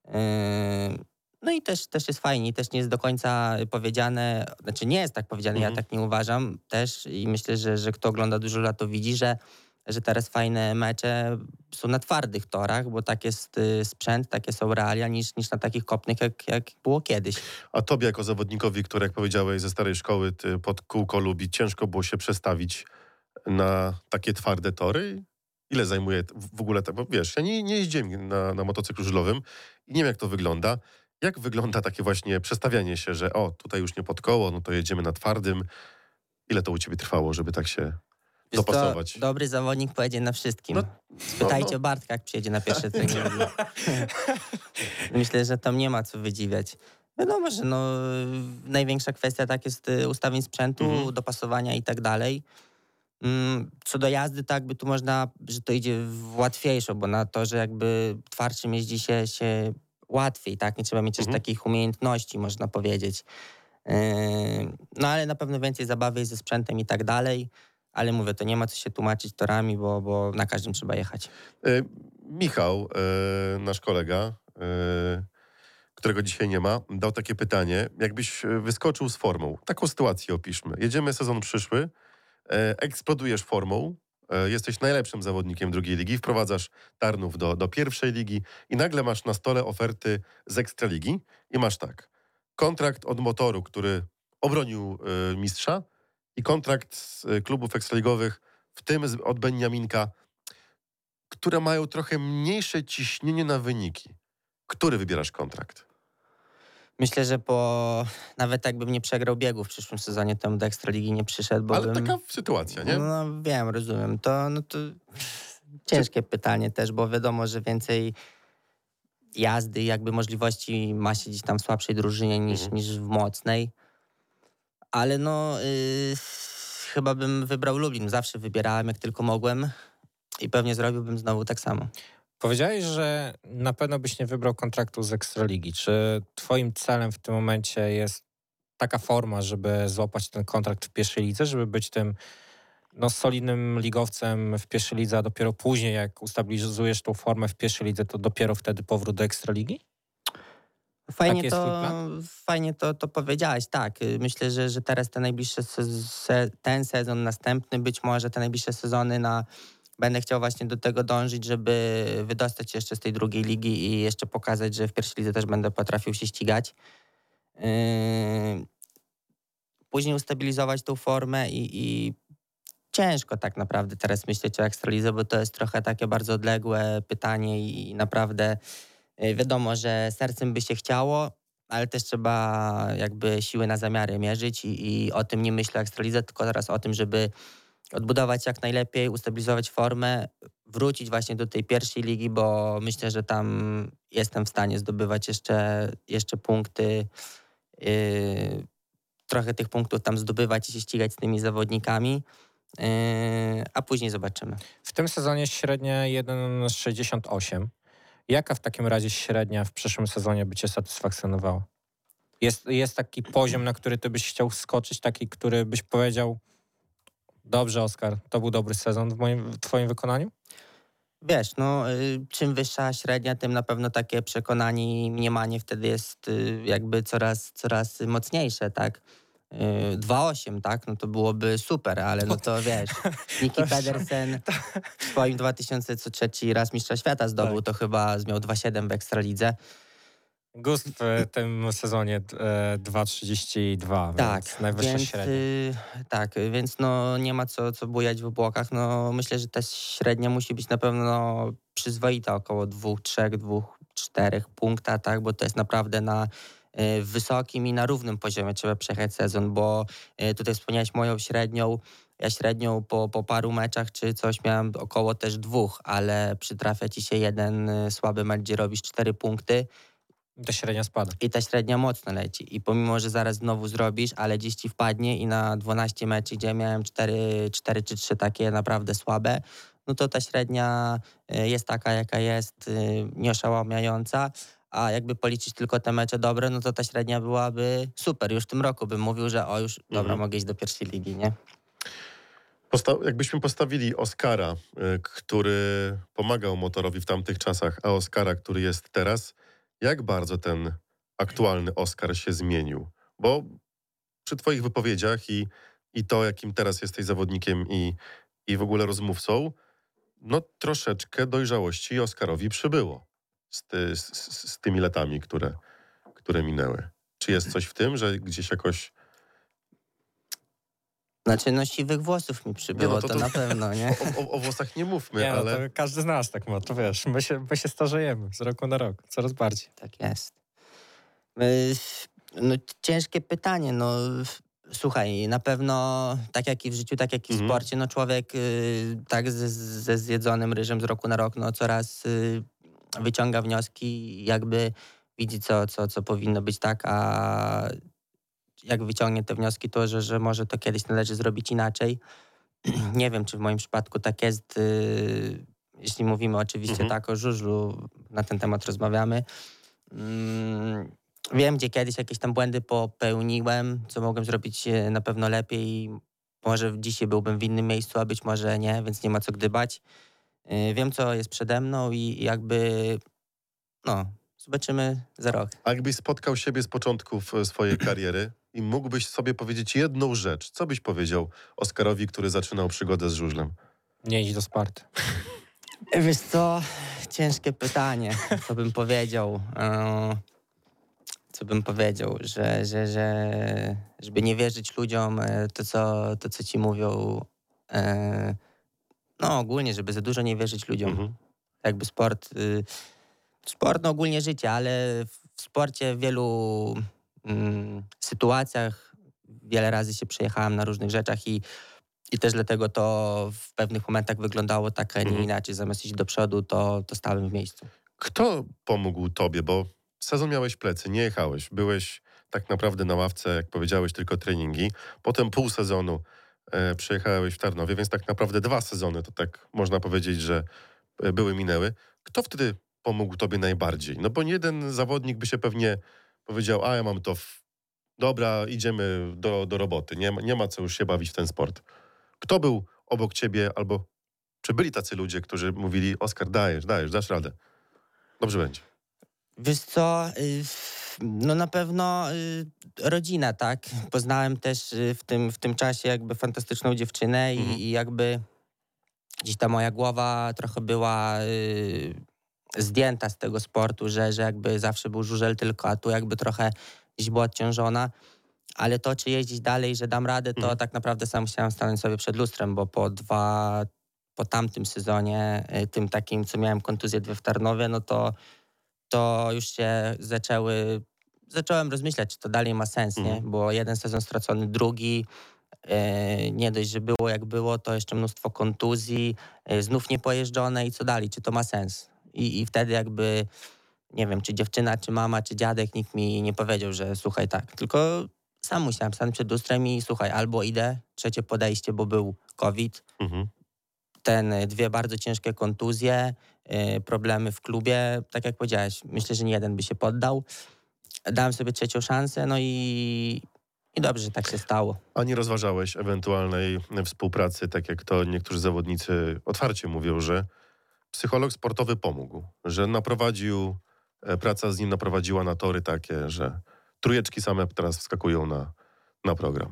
No i też jest fajnie, też nie jest do końca powiedziane, znaczy nie jest tak powiedziane, ja tak nie uważam też i myślę, że kto ogląda dużo lat, to widzi, że teraz fajne mecze są na twardych torach, bo tak jest sprzęt, takie są realia, niż na takich kopnych, jak było kiedyś. A tobie jako zawodnikowi, który, jak powiedziałeś, ze starej szkoły ty pod kółko lubi, ciężko było się przestawić na takie twarde tory? Ile zajmuje w ogóle, bo wiesz, ja nie jeździłem na motocyklu żużlowym i nie wiem, jak to wygląda. Jak wygląda takie właśnie przestawianie się, że tutaj już nie pod koło, no to jedziemy na twardym. Ile to u ciebie trwało, żeby tak się dopasować? Dobry zawodnik pojedzie na wszystkim. Spytajcie Bartka, jak przyjedzie na pierwsze treningi. Myślę, że tam nie ma co wydziwiać. Wiadomo, że największa kwestia tak jest ustawień sprzętu, dopasowania i tak dalej. Co do jazdy, tak by tu można, że to idzie łatwiejszo, bo na to, że jakby twardszym jeździ się łatwiej, tak? Nie trzeba mieć też takich umiejętności, można powiedzieć. No ale na pewno więcej zabawy jest ze sprzętem i tak dalej. Ale mówię, to nie ma co się tłumaczyć torami, bo na każdym trzeba jechać. Michał, nasz kolega, którego dzisiaj nie ma, dał takie pytanie. Jakbyś wyskoczył z formą, taką sytuację opiszmy. Jedziemy sezon przyszły, eksplodujesz formą, jesteś najlepszym zawodnikiem drugiej ligi, wprowadzasz Tarnów do pierwszej ligi i nagle masz na stole oferty z Ekstraligi i masz tak, kontrakt od Motoru, który obronił mistrza i kontrakt z klubów ekstraligowych, w tym od Beniaminka, które mają trochę mniejsze ciśnienie na wyniki. Który wybierasz kontrakt? Myślę, że nawet jakbym nie przegrał biegu w przyszłym sezonie, to bym do Ekstraligi nie przyszedł, bo Ale taka sytuacja, nie? No wiem, rozumiem. To ciężkie pytanie też, bo wiadomo, że więcej jazdy, jakby możliwości ma się gdzieś tam w słabszej drużynie niż w mocnej. Ale chyba bym wybrał Lublin. Zawsze wybierałem, jak tylko mogłem i pewnie zrobiłbym znowu tak samo. Powiedziałeś, że na pewno byś nie wybrał kontraktu z Ekstraligi. Czy twoim celem w tym momencie jest taka forma, żeby złapać ten kontrakt w pierwszej lidze, żeby być tym solidnym ligowcem w pierwszej lidze, a dopiero później, jak ustabilizujesz tą formę w pierwszej lidze, to dopiero wtedy powrót do Ekstraligi? Fajnie to powiedziałeś, tak. Myślę, że teraz te najbliższe ten sezon, następny, być może te najbliższe sezony będę chciał właśnie do tego dążyć, żeby wydostać się jeszcze z tej drugiej ligi i jeszcze pokazać, że w pierwszej lidze też będę potrafił się ścigać. Później ustabilizować tą formę i ciężko tak naprawdę teraz myśleć o Ekstralidze, bo to jest trochę takie bardzo odległe pytanie i naprawdę wiadomo, że sercem by się chciało, ale też trzeba jakby siły na zamiary mierzyć i o tym nie myślę o Ekstralidze, tylko teraz o tym, żeby odbudować jak najlepiej, ustabilizować formę, wrócić właśnie do tej pierwszej ligi, bo myślę, że tam jestem w stanie zdobywać jeszcze punkty, trochę tych punktów tam zdobywać i się ścigać z tymi zawodnikami, a później zobaczymy. W tym sezonie średnia 1,68. Jaka w takim razie średnia w przyszłym sezonie by cię satysfakcjonowała? Jest taki poziom, na który ty byś chciał wskoczyć, taki, który byś powiedział: dobrze, Oskar, to był dobry sezon w twoim wykonaniu? Wiesz, czym wyższa średnia, tym na pewno takie przekonanie i mniemanie wtedy jest jakby coraz mocniejsze, tak? 2,8, tak? No to byłoby super, ale to wiesz, Niki Pedersen w swoim 2003 raz mistrza świata zdobył, to chyba miał 2,7 w Ekstralidze. Gust w tym sezonie 2,32, tak, więc najwyższa średnia. Tak, więc nie ma co bujać w obłokach. Myślę, że ta średnia musi być na pewno przyzwoita, około 2,3, 2,4 punkta, tak? Bo to jest naprawdę na wysokim i na równym poziomie trzeba przejechać sezon, bo tutaj wspomniałeś moją średnią. Ja średnią po paru meczach czy coś miałem około też 2, ale przytrafia ci się jeden słaby mecz, gdzie robisz 4 punkty. Ta średnia spada. I ta średnia mocno leci. I pomimo, że zaraz znowu zrobisz, ale gdzieś ci wpadnie i na 12 meczy, gdzie miałem 4 czy 3 takie naprawdę słabe, no to ta średnia jest taka, jaka jest, nieoszałamiająca. A jakby policzyć tylko te mecze dobre, no to ta średnia byłaby super. Już w tym roku bym mówił, że dobra, mogę iść do pierwszej ligi, nie? Jakbyśmy postawili Oskara, który pomagał Motorowi w tamtych czasach, a Oskara, który jest teraz, jak bardzo ten aktualny Oskar się zmienił? Bo przy twoich wypowiedziach i to, jakim teraz jesteś zawodnikiem i w ogóle rozmówcą, troszeczkę dojrzałości Oskarowi przybyło z tymi latami, które minęły. Czy jest coś w tym, że gdzieś jakoś... Znaczy, siwych włosów mi przybyło, to na pewno, nie? O włosach nie mówmy, nie, ale... To każdy z nas tak ma, to wiesz, my się starzejemy z roku na rok, coraz bardziej. Tak jest. Ciężkie pytanie, Słuchaj, na pewno tak jak i w życiu, tak jak i w sporcie, człowiek tak ze zjedzonym ryżem z roku na rok, coraz wyciąga wnioski, jakby widzi, co powinno być tak, a jak wyciągnie te wnioski, to że może to kiedyś należy zrobić inaczej. Nie wiem, czy w moim przypadku tak jest, jeśli mówimy oczywiście tak o żużlu, na ten temat rozmawiamy. Wiem, gdzie kiedyś jakieś tam błędy popełniłem, co mogłem zrobić na pewno lepiej. Może dzisiaj byłbym w innym miejscu, a być może nie, więc nie ma co gdybać. Wiem, co jest przede mną i jakby zobaczymy za rok. A jakbyś spotkał siebie z początków swojej kariery i mógłbyś sobie powiedzieć jedną rzecz, co byś powiedział Oskarowi, który zaczynał przygodę z żużlem? Nie idź do Sparty. Wiesz co, ciężkie pytanie, co bym powiedział. Żeby nie wierzyć ludziom, to co ci mówią. No ogólnie, żeby za dużo nie wierzyć ludziom. Jakby sport, no ogólnie życie, ale w sporcie w wielu sytuacjach wiele razy się przejechałem na różnych rzeczach i też dlatego to w pewnych momentach wyglądało tak, a nie inaczej. Zamiast iść do przodu, to stałem w miejscu. Kto pomógł tobie? Bo sezon miałeś plecy, nie jechałeś. Byłeś tak naprawdę na ławce, jak powiedziałeś, tylko treningi. Potem pół sezonu przyjechałeś w Tarnowie, więc tak naprawdę 2 sezony, to tak można powiedzieć, że minęły. Kto wtedy pomógł tobie najbardziej? No bo jeden zawodnik by się pewnie powiedział, a ja mam to, dobra, idziemy do roboty. Nie ma co już się bawić w ten sport. Kto był obok ciebie albo czy byli tacy ludzie, którzy mówili, Oskar, dajesz, dasz radę. Dobrze będzie. Wiesz co, no na pewno rodzina, tak? Poznałem też w tym czasie jakby fantastyczną dziewczynę i jakby gdzieś ta moja głowa trochę była zdjęta z tego sportu, że jakby zawsze był żużel tylko, a tu jakby trochę gdzieś była odciążona. Ale to, czy jeździć dalej, że dam radę, to tak naprawdę sam musiałem stanąć sobie przed lustrem, bo po tamtym sezonie, tym takim, co miałem kontuzję 2 w Tarnowie, no to już się zacząłem rozmyślać, czy to dalej ma sens, nie? Bo jeden sezon stracony, drugi, nie dość, że było jak było, to jeszcze mnóstwo kontuzji, znów niepojeżdżone i co dalej, czy to ma sens? I wtedy jakby, nie wiem, czy dziewczyna, czy mama, czy dziadek, nikt mi nie powiedział, że słuchaj tak, tylko sam musiałem stanąć przed lustrem i słuchaj, albo idę, trzecie podejście, bo był COVID, 2 bardzo ciężkie kontuzje, problemy w klubie, tak jak powiedziałeś, myślę, że nie jeden by się poddał. Dałem sobie 3. szansę, no i dobrze, że tak się stało. A nie rozważałeś ewentualnej współpracy, tak jak to niektórzy zawodnicy otwarcie mówią, że psycholog sportowy pomógł, że praca z nim naprowadziła na tory takie, że trójeczki same teraz wskakują na program.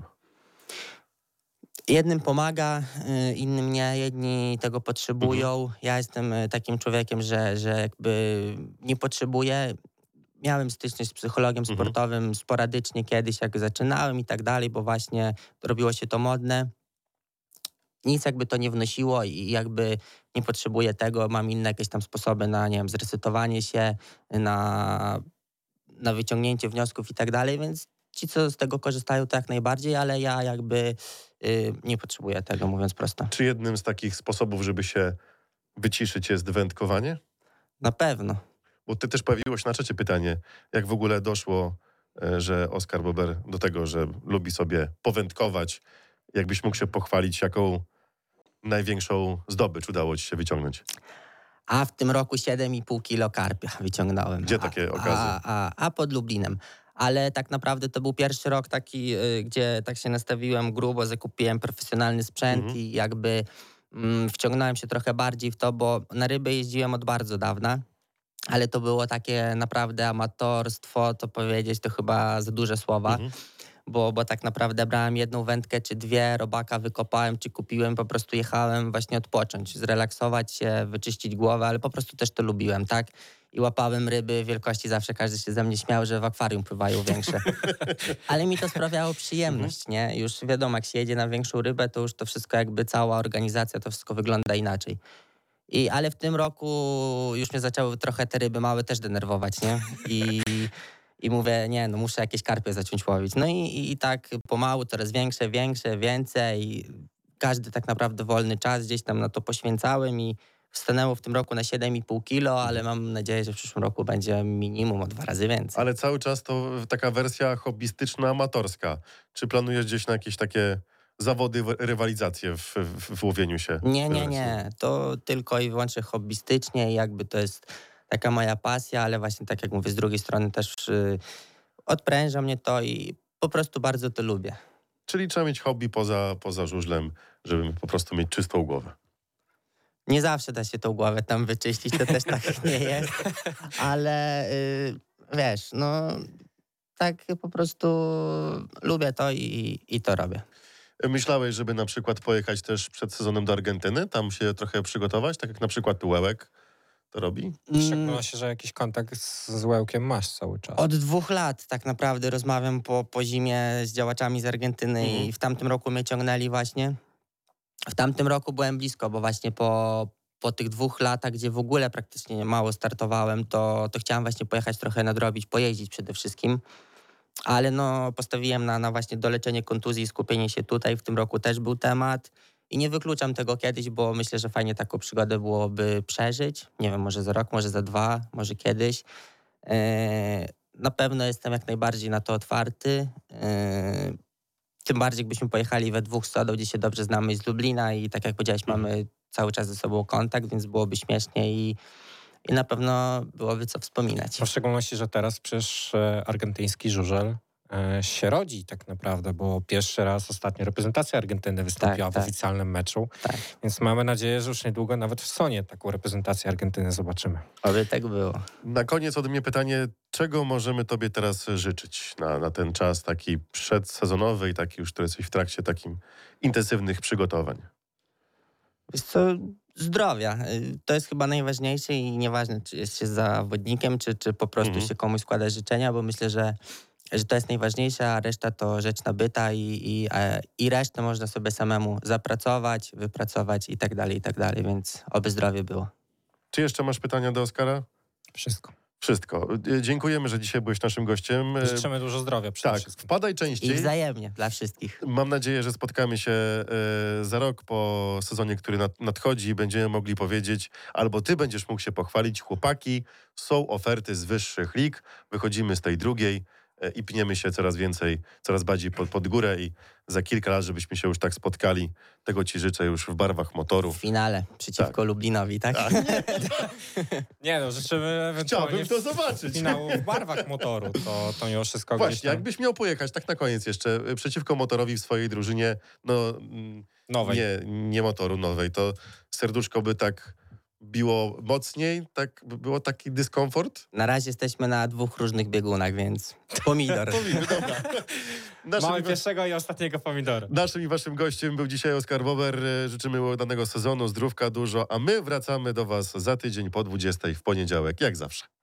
Jednym pomaga, innym nie. Jedni tego potrzebują. Ja jestem takim człowiekiem, że jakby nie potrzebuję. Miałem styczność z psychologiem sportowym sporadycznie kiedyś, jak zaczynałem i tak dalej, bo właśnie robiło się to modne. Nic jakby to nie wnosiło i jakby nie potrzebuję tego. Mam inne jakieś tam sposoby na, nie wiem, zresetowanie się, na wyciągnięcie wniosków i tak dalej, więc ci, co z tego korzystają, to jak najbardziej, ale ja jakby nie potrzebuję tego, mówiąc prosto. Czy jednym z takich sposobów, żeby się wyciszyć, jest wędkowanie? Na pewno. Bo ty też pojawiło się na trzecie pytanie, jak w ogóle doszło, że Oskar Bober do tego, że lubi sobie powędkować. Jakbyś mógł się pochwalić, jaką największą zdobycz udało ci się wyciągnąć? A w tym roku 7,5 kilo karpia wyciągnąłem. Gdzie takie okazje? A pod Lublinem. Ale tak naprawdę to był pierwszy rok taki, gdzie tak się nastawiłem grubo, zakupiłem profesjonalny sprzęt i jakby wciągnąłem się trochę bardziej w to, bo na ryby jeździłem od bardzo dawna, ale to było takie naprawdę amatorstwo, to powiedzieć to chyba za duże słowa. Bo tak naprawdę brałem 1 wędkę czy 2, robaka wykopałem czy kupiłem, po prostu jechałem właśnie odpocząć, zrelaksować się, wyczyścić głowę, ale po prostu też to lubiłem, tak? I łapałem ryby wielkości, zawsze każdy się ze mnie śmiał, że w akwarium pływają większe. Ale mi to sprawiało przyjemność, nie? Już wiadomo, jak się jedzie na większą rybę, to już to wszystko jakby cała organizacja, to wszystko wygląda inaczej. Ale w tym roku już mnie zaczęły trochę te ryby małe też denerwować, nie? I mówię, nie, no muszę jakieś karpie zacząć łowić. No i tak pomału, coraz większe, więcej. Każdy tak naprawdę wolny czas gdzieś tam na to poświęcałem i stanęło w tym roku na 7,5 kilo, ale mam nadzieję, że w przyszłym roku będzie minimum o 2 razy więcej. Ale cały czas to taka wersja hobbystyczna, amatorska. Czy planujesz gdzieś na jakieś takie zawody, rywalizacje w łowieniu się? Nie. To tylko i wyłącznie hobbystycznie i jakby to jest taka moja pasja, ale właśnie tak jak mówię, z drugiej strony też odpręża mnie to i po prostu bardzo to lubię. Czyli trzeba mieć hobby poza żużlem, żeby po prostu mieć czystą głowę. Nie zawsze da się tą głowę tam wyczyścić, to też tak nie jest. Ale wiesz, no tak po prostu lubię to i to robię. Myślałeś, żeby na przykład pojechać też przed sezonem do Argentyny, tam się trochę przygotować, tak jak na przykład Łełek to robi? W szczególności, że jakiś kontakt z Łełkiem masz cały czas. Od 2 lat tak naprawdę rozmawiam po zimie z działaczami z Argentyny i w tamtym roku mnie ciągnęli właśnie. W tamtym roku byłem blisko, bo właśnie po tych 2 latach, gdzie w ogóle praktycznie mało startowałem, to chciałem właśnie pojechać trochę nadrobić, pojeździć przede wszystkim. Ale no postawiłem na właśnie doleczenie kontuzji i skupienie się tutaj. W tym roku też był temat i nie wykluczam tego kiedyś, bo myślę, że fajnie taką przygodę byłoby przeżyć. Nie wiem, może za rok, może za 2, może kiedyś. Na pewno jestem jak najbardziej na to otwarty. Tym bardziej, jakbyśmy pojechali we 2 z Sodą, gdzie się dobrze znamy z Lublina i tak jak powiedziałeś, mamy cały czas ze sobą kontakt, więc byłoby śmiesznie i na pewno byłoby co wspominać. W szczególności, że teraz przecież argentyński żużel się rodzi tak naprawdę, bo pierwszy raz ostatnio reprezentacja Argentyny wystąpiła w oficjalnym meczu, więc mamy nadzieję, że już niedługo nawet w Sonie taką reprezentację Argentyny zobaczymy. Oby tak było. Na koniec ode mnie pytanie, czego możemy tobie teraz życzyć na ten czas taki przedsezonowy i taki już, który jesteś w trakcie takim intensywnych przygotowań? Wiesz co, zdrowia. To jest chyba najważniejsze i nieważne, czy jest się zawodnikiem, czy po prostu się komuś składa życzenia, bo myślę, że to jest najważniejsze, a reszta to rzecz nabyta i resztę można sobie samemu zapracować, wypracować i tak dalej, więc oby zdrowie było. Czy jeszcze masz pytania do Oskara? Wszystko. Wszystko. Dziękujemy, że dzisiaj byłeś naszym gościem. Życzymy dużo zdrowia przede Tak, wszystkim. wpadaj częściej. I wzajemnie dla wszystkich. Mam nadzieję, że spotkamy się za rok po sezonie, który nadchodzi i będziemy mogli powiedzieć, albo ty będziesz mógł się pochwalić, chłopaki, są oferty z wyższych lig, wychodzimy z tej drugiej i pniemy się coraz więcej, coraz bardziej pod górę i za kilka lat, żebyśmy się już tak spotkali. Tego ci życzę już w barwach motoru. W finale przeciwko Lublinowi, tak? Nie no, życzymy ewentualnie Chciałbym to zobaczyć. finału w barwach motoru. To mimo wszystko Właśnie, gdzieś tam jakbyś miał pojechać tak na koniec jeszcze przeciwko motorowi w swojej drużynie, no nowej. nie motoru nowej, to serduszko by tak biło mocniej, tak by było taki dyskomfort? Na razie jesteśmy na 2 różnych biegunach, więc pomidor. Powinny, dobra. Mamy pierwszego i ostatniego pomidora. Naszym i waszym gościem był dzisiaj Oskar Bober. Życzymy udanego sezonu, zdrówka dużo, a my wracamy do was za tydzień po 20 w poniedziałek, jak zawsze.